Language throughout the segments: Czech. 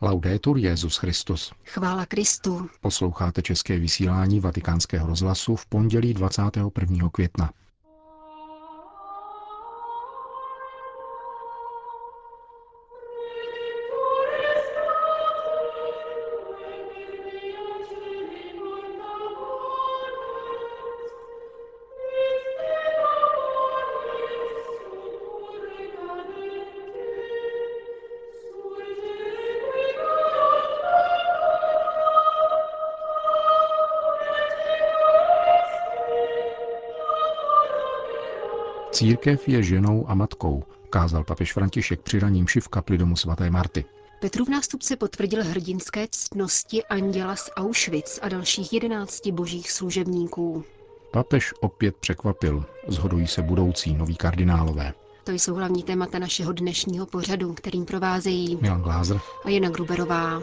Laudetur Jesus Christus. Chvála Kristu. Posloucháte české vysílání Vatikánského rozhlasu v pondělí 21. května. Církev je ženou a matkou, kázal papež František při raní mši v kapli domu svaté Marty. Petrův nástupce potvrdil hrdinské ctnosti anděla z Auschwitz a dalších 11 božích služebníků. Papež opět překvapil, shodují se budoucí noví kardinálové. To jsou hlavní témata našeho dnešního pořadu, kterým provázejí Milan Glázer a Jana Gruberová.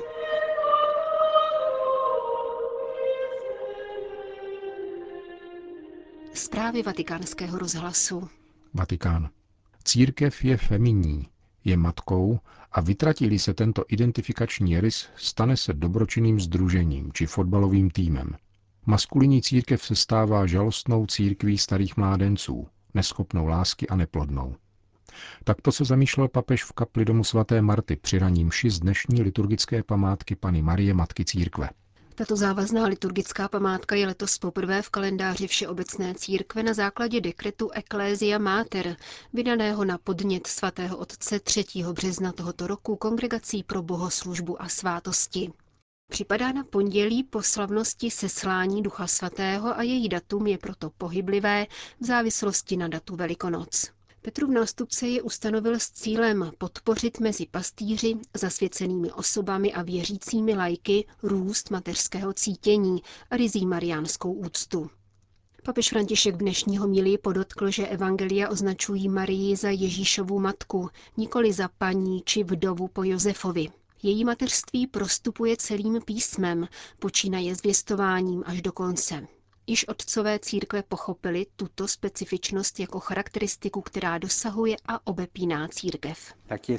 Zprávy Vatikánského rozhlasu. Vatikán. Církev je feminní, je matkou a vytratí-li se tento identifikační rys, stane se dobročinným sdružením či fotbalovým týmem. Maskulinní církev se stává žalostnou církví starých mládenců, neschopnou lásky a neplodnou. Takto se zamýšlel papež v kapli domu svaté Marty při raní mši z dnešní liturgické památky Panny Marie Matky Církve. Tato závazná liturgická památka je letos poprvé v kalendáři Všeobecné církve na základě dekretu Ecclesia Mater, vydaného na podnět svatého otce 3. března tohoto roku Kongregací pro bohoslužbu a svátosti. Připadá na pondělí po slavnosti seslání Ducha Svatého a její datum je proto pohyblivé v závislosti na datu Velikonoc. Petrův nástupce je ustanovil s cílem podpořit mezi pastýři, zasvěcenými osobami a věřícími laiky růst mateřského cítění a ryzí mariánskou úctu. Papež František v dnešní homilii podotkl, že evangelia označují Marii za Ježíšovu matku, nikoli za paní či vdovu po Josefovi. Její mateřství prostupuje celým písmem, počínaje zvěstováním až do konce. Již otcové církve pochopili tuto specifičnost jako charakteristiku, která dosahuje a obepíná církev.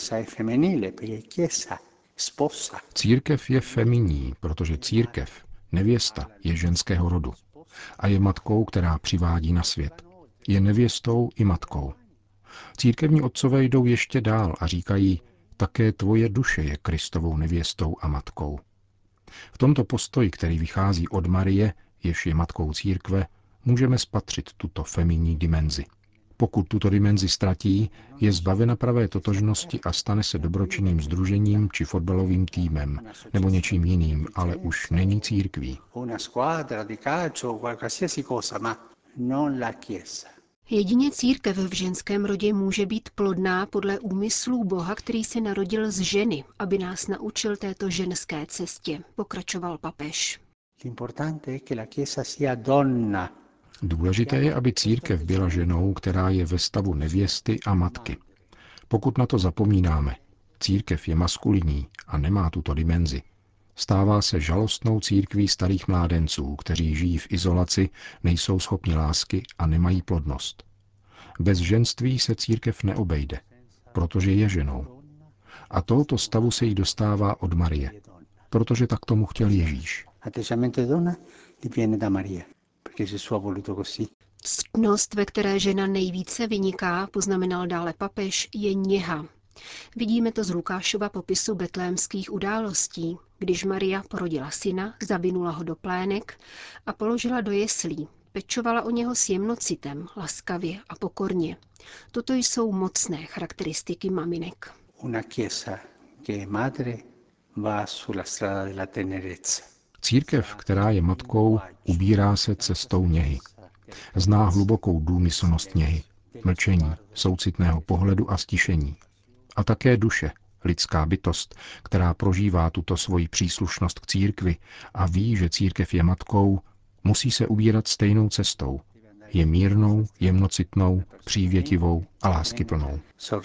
Církev je feminní, protože církev, nevěsta, je ženského rodu a je matkou, která přivádí na svět. Je nevěstou i matkou. Církevní otcové jdou ještě dál a říkají, také tvoje duše je Kristovou nevěstou a matkou. V tomto postoji, který vychází od Marie, jež je matkou církve, můžeme spatřit tuto feminní dimenzi. Pokud tuto dimenzi ztratí, je zbavena pravé totožnosti a stane se dobročinným sdružením či fotbalovým týmem, nebo něčím jiným, ale už není církví. Jedině církev v ženském rodě může být plodná podle úmyslů Boha, který se narodil z ženy, aby nás naučil této ženské cestě, pokračoval papež. Důležité je, aby církev byla ženou, která je ve stavu nevěsty a matky. Pokud na to zapomínáme, církev je maskulinní a nemá tuto dimenzi. Stává se žalostnou církví starých mládenců, kteří žijí v izolaci, nejsou schopni lásky a nemají plodnost. Bez ženství se církev neobejde, protože je ženou. A tohoto stavu se jí dostává od Marie, protože tak tomu chtěl Ježíš. Ctnost, ve které žena nejvíce vyniká, poznamenal dále papež, je něha. Vidíme to z Lukášova popisu betlémských událostí, když Maria porodila syna, zavinula ho do plének a položila do jeslí. Pečovala o něho s jemnocitem, laskavě a pokorně. Toto jsou mocné charakteristiky maminek. Církev, která je matkou, ubírá se cestou něhy. Zná hlubokou důmyslnost něhy, mlčení, soucitného pohledu a stišení. A také duše, lidská bytost, která prožívá tuto svoji příslušnost k církvi a ví, že církev je matkou, musí se ubírat stejnou cestou. Je mírnou, jemnocitnou, přívětivou a láskyplnou.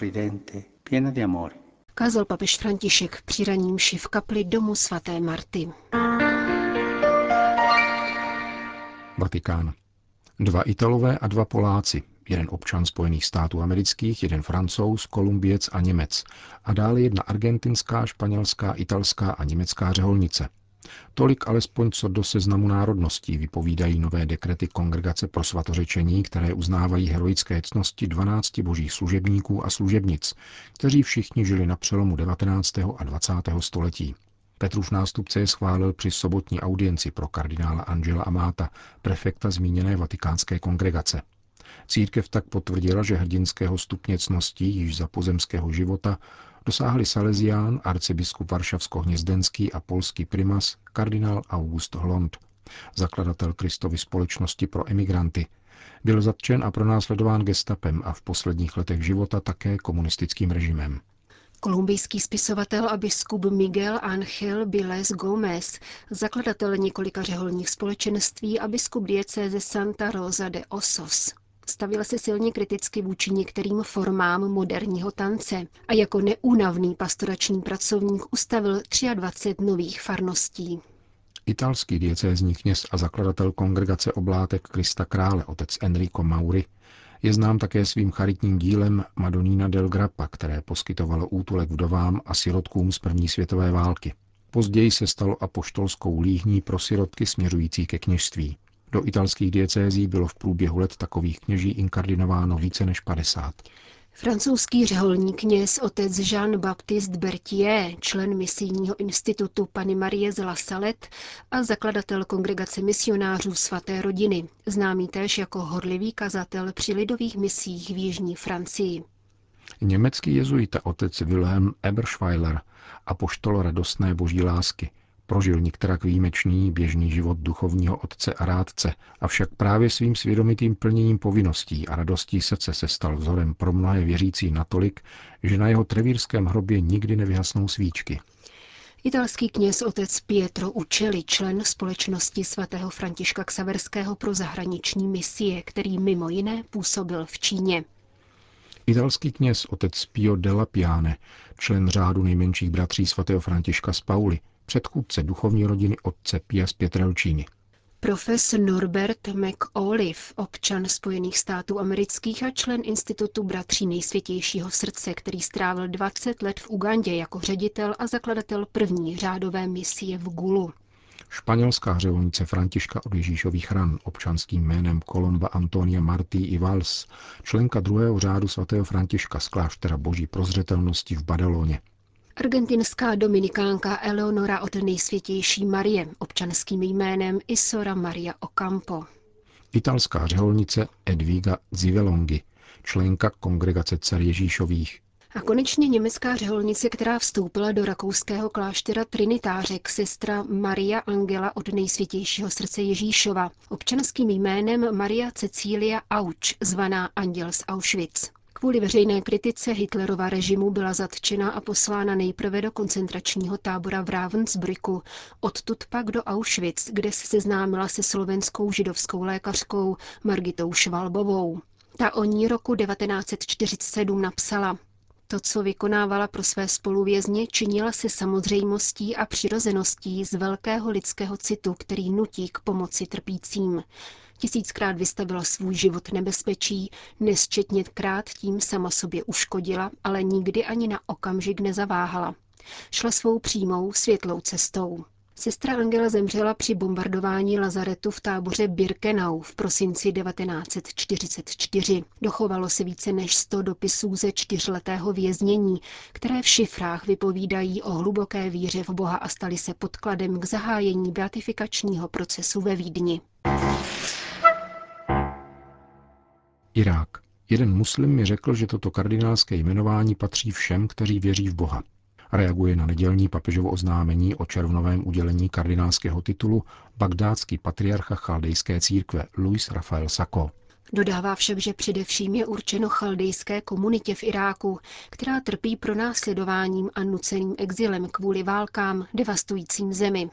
Kázal papež František při raní mši v kapli domu svaté Marty. Vatikán. 2 Italové a 2 Poláci, jeden občan Spojených států amerických, jeden Francouz, Kolumbiec a Němec a dále jedna argentinská, španělská, italská a německá řeholnice. Tolik alespoň co do seznamu národností vypovídají nové dekrety Kongregace pro svatořečení, které uznávají heroické ctnosti 12 božích služebníků a služebnic, kteří všichni žili na přelomu 19. a 20. století. Petrův nástupce je schválil při sobotní audienci pro kardinála Angela Amata, prefekta zmíněné vatikánské kongregace. Církev tak potvrdila, že hrdinského stupně ctností již za pozemského života dosáhli Salesián, arcibiskup varšavsko-hnězdenský a polský primas kardinál August Hlond, zakladatel Kristovy společnosti pro emigranty. Byl zatčen a pronásledován gestapem a v posledních letech života také komunistickým režimem. Kolumbijský spisovatel a biskup Miguel Ángel Viles Gómez, zakladatel několika řeholních společenství a biskup diecéze Santa Rosa de Osos, stavil se silně kriticky vůči některým formám moderního tance a jako neúnavný pastorační pracovník ustavil 23 nových farností. Italský diecézní kněz a zakladatel kongregace Oblátek Krista Krále otec Enrico Mauri je znám také svým charitním dílem Madonnina del Grappa, které poskytovalo útulek vdovám a sirotkům z první světové války. Později se stalo apoštolskou líhní pro sirotky směřující ke kněžství. Do italských diecézí bylo v průběhu let takových kněží inkardinováno více než 50. Francouzský řeholní kněz otec Jean-Baptiste Berthier, člen misijního institutu Panny Marie z La Salette a zakladatel kongregace misionářů svaté rodiny, známý též jako horlivý kazatel při lidových misích v jižní Francii. Německý jezuita otec Wilhelm Eberschweiler, apoštol radostné boží lásky, prožil nikterak výjimečný běžný život duchovního otce a rádce, avšak právě svým svědomitým plněním povinností a radostí srdce se stal vzorem pro mnohé věřící natolik, že na jeho trevírském hrobě nikdy nevyhasnou svíčky. Italský kněz otec Pietro Uccelli, člen společnosti svatého Františka Xaverského pro zahraniční misie, který mimo jiné působil v Číně. Italský kněz otec Pio della Piane, člen řádu nejmenších bratří svatého Františka z Pauly, předchůdce duchovní rodiny otce Pia z Pietrelcini. Profesor Norbert McAuliffe, občan Spojených států amerických a člen Institutu bratří Nejsvětějšího srdce, který strávil 20 let v Ugandě jako ředitel a zakladatel první řádové misie v Gulu. Španělská řeholnice Františka od Ježíšových ran občanským jménem Colomba Antonia Martí i Valls, členka druhého řádu svatého Františka z kláštera Boží prozřetelnosti v Badaloně. Argentinská dominikánka Eleonora od Nejsvětější Marie, občanským jménem Isora Maria Ocampo. Italská řeholnice Edviga Zivelonghi, členka kongregace Dcer Ježíšových. A konečně německá řeholnice, která vstoupila do rakouského kláštera Trinitářek, sestra Maria Angela od Nejsvětějšího srdce Ježíšova, občanským jménem Maria Cecília Auch, zvaná Anděl z Auschwitz. Kvůli veřejné kritice Hitlerova režimu byla zatčena a poslána nejprve do koncentračního tábora v Ravensbrücku, odtud pak do Auschwitz, kde se seznámila se slovenskou židovskou lékařkou Margitou Švalbovou. Ta o ní roku 1947 napsala: To, co vykonávala pro své spoluvězně, činila se samozřejmostí a přirozeností z velkého lidského citu, který nutí k pomoci trpícím. 1000krát vystavila svůj život nebezpečí, nesčetněkrát tím sama sobě uškodila, ale nikdy ani na okamžik nezaváhala. Šla svou přímou, světlou cestou. Sestra Angela zemřela při bombardování lazaretu v táboře Birkenau v prosinci 1944. Dochovalo se více než 100 dopisů ze 4letého věznění, které v šifrách vypovídají o hluboké víře v Boha a staly se podkladem k zahájení beatifikačního procesu ve Vídni. Irák. Jeden muslim mi řekl, že toto kardinálské jmenování patří všem, kteří věří v Boha. Reaguje na nedělní papežovo oznámení o červnovém udělení kardinálského titulu bagdátský patriarcha chaldejské církve Luis Rafael Sacco. Dodává však, že především je určeno chaldejské komunitě v Iráku, která trpí pronásledováním a nuceným exilem kvůli válkám devastujícím zemi.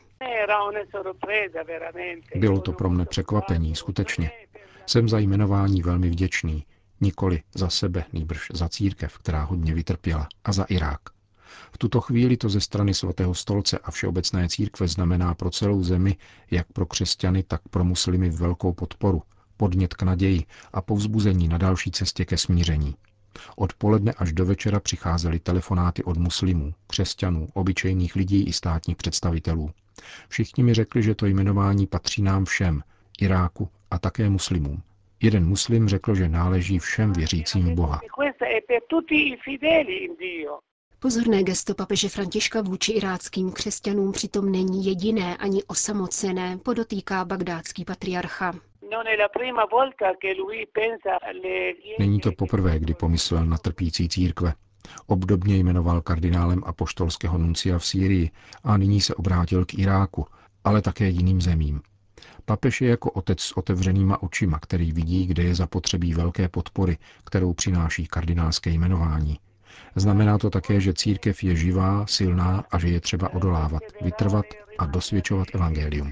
Bylo to pro mne překvapení, skutečně. Jsem za jmenování velmi vděčný, nikoli za sebe, nýbrž za církev, která hodně vytrpěla, a za Irák. V tuto chvíli to ze strany svatého stolce a všeobecné církve znamená pro celou zemi, jak pro křesťany, tak pro muslimy velkou podporu, podnět k naději a povzbuzení na další cestě ke smíření. Od poledne až do večera přicházely telefonáty od muslimů, křesťanů, obyčejných lidí i státních představitelů. Všichni mi řekli, že to jmenování patří nám všem, Iráku a také muslimům. Jeden muslim řekl, že náleží všem věřícím Boha. Pozorné gesto papeže Františka vůči iráckým křesťanům přitom není jediné ani osamocené, podotýká bagdátský patriarcha. Není to poprvé, kdy pomyslel na trpící církve. Obdobně jmenoval kardinálem apoštolského nuncia v Sýrii a nyní se obrátil k Iráku, ale také jiným zemím. Papež je jako otec s otevřenýma očima, který vidí, kde je zapotřebí velké podpory, kterou přináší kardinálské jmenování. Znamená to také, že církev je živá, silná a že je třeba odolávat, vytrvat a dosvědčovat evangelium.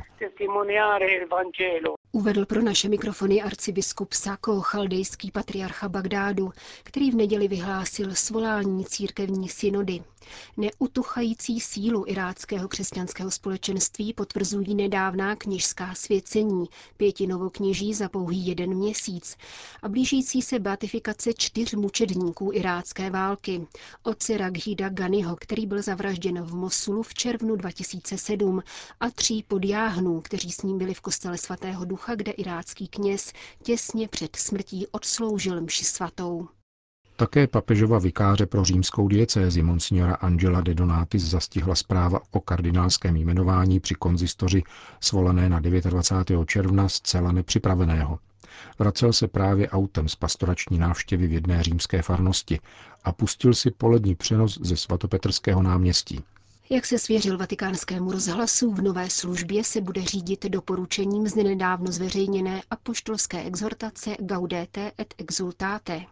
Uvedl pro naše mikrofony arcibiskup Sako, chaldejský patriarcha Bagdádu, který v neděli vyhlásil svolání církevní synody. Neutuchající sílu iráckého křesťanského společenství potvrzují nedávná kněžská svěcení 5 novokněží za pouhý 1 měsíc a blížící se beatifikace 4 mučedníků irácké války. Otce Raghida Ganiho, který byl zavražděn v Mosulu v červnu 2007, a 3 podjáhnů, kteří s ním byli v kostele svatého Ducha, kde irácký kněz těsně před smrtí odsloužil mši svatou. Také papežova vikáře pro římskou diecézi monsignora Angela de Donatis zastihla zpráva o kardinálském jmenování při konzistoři svolané na 29. června zcela nepřipraveného. Vracel se právě autem z pastorační návštěvy v jedné římské farnosti a pustil si polední přenos ze svatopetrského náměstí. Jak se svěřil Vatikánskému rozhlasu, v nové službě se bude řídit doporučením z nedávno zveřejněné apoštolské exhortace Gaudete et Exultate.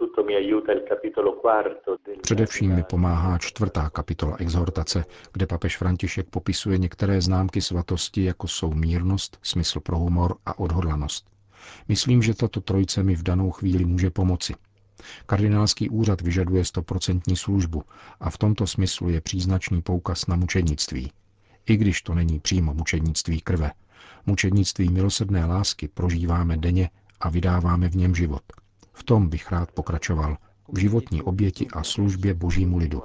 Především mi pomáhá 4. kapitola exhortace, kde papež František popisuje některé známky svatosti, jako jsou mírnost, smysl pro humor a odhodlanost. Myslím, že tato trojice mi v danou chvíli může pomoci. Kardinálský úřad vyžaduje 100% službu a v tomto smyslu je příznačný poukaz na mučednictví. I když to není přímo mučednictví krve. Mučednictví milosrdné lásky prožíváme denně a vydáváme v něm život. V tom bych rád pokračoval, v životní oběti a službě Božímu lidu.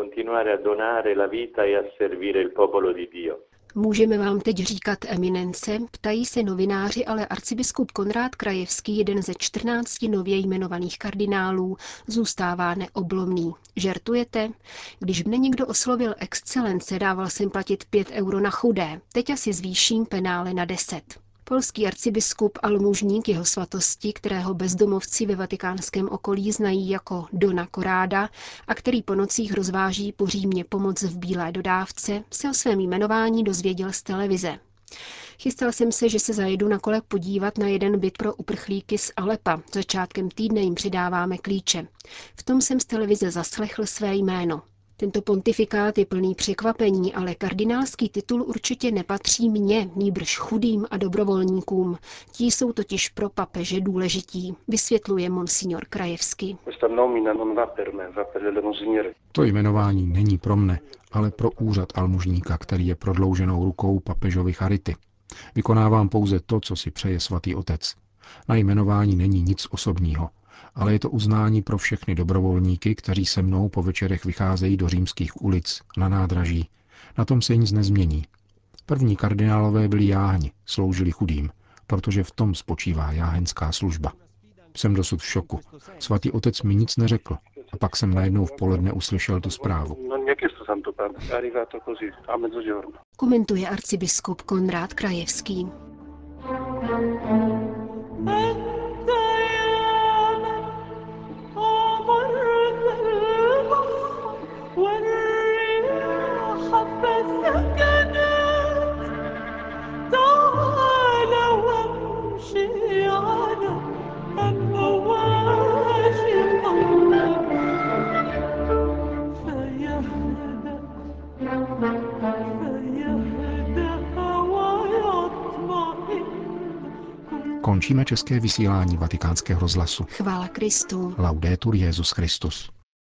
Můžeme vám teď říkat eminence, ptají se novináři, ale arcibiskup Konrád Krajevský, jeden ze 14 nově jmenovaných kardinálů, zůstává neoblomný. Žertujete? Když mne někdo oslovil excelence, dával jsem platit 5 euro na chudé, teď asi zvýším penále na 10. Polský arcibiskup almužník jeho svatosti, kterého bezdomovci ve vatikánském okolí znají jako Dona Koráda a který po nocích rozváží po Římě pomoc v bílé dodávce, se o svém jmenování dozvěděl z televize. Chystal jsem se, že se zajedu na kole podívat na jeden byt pro uprchlíky z Alepa. Začátkem týdne jim přidáváme klíče. V tom jsem z televize zaslechl své jméno. Tento pontifikát je plný překvapení, ale kardinálský titul určitě nepatří mně, nýbrž chudým a dobrovolníkům. Ti jsou totiž pro papeže důležití, vysvětluje monsignor Krajevský. To jmenování není pro mne, ale pro úřad almužníka, který je prodlouženou rukou papežovy charity. Vykonávám pouze to, co si přeje svatý otec. Na jmenování není nic osobního, ale je to uznání pro všechny dobrovolníky, kteří se mnou po večerech vycházejí do římských ulic, na nádraží. Na tom se nic nezmění. První kardinálové byli jáhni, sloužili chudým, protože v tom spočívá jáhenská služba. Jsem dosud v šoku. Svatý otec mi nic neřekl. A pak jsem najednou v poledne uslyšel tu zprávu. Komentuje arcibiskup Konrád Krajevský. Končíme české vysílání Vatikánského rozhlasu. Chvála Kristu. Laudetur Jesus Christus.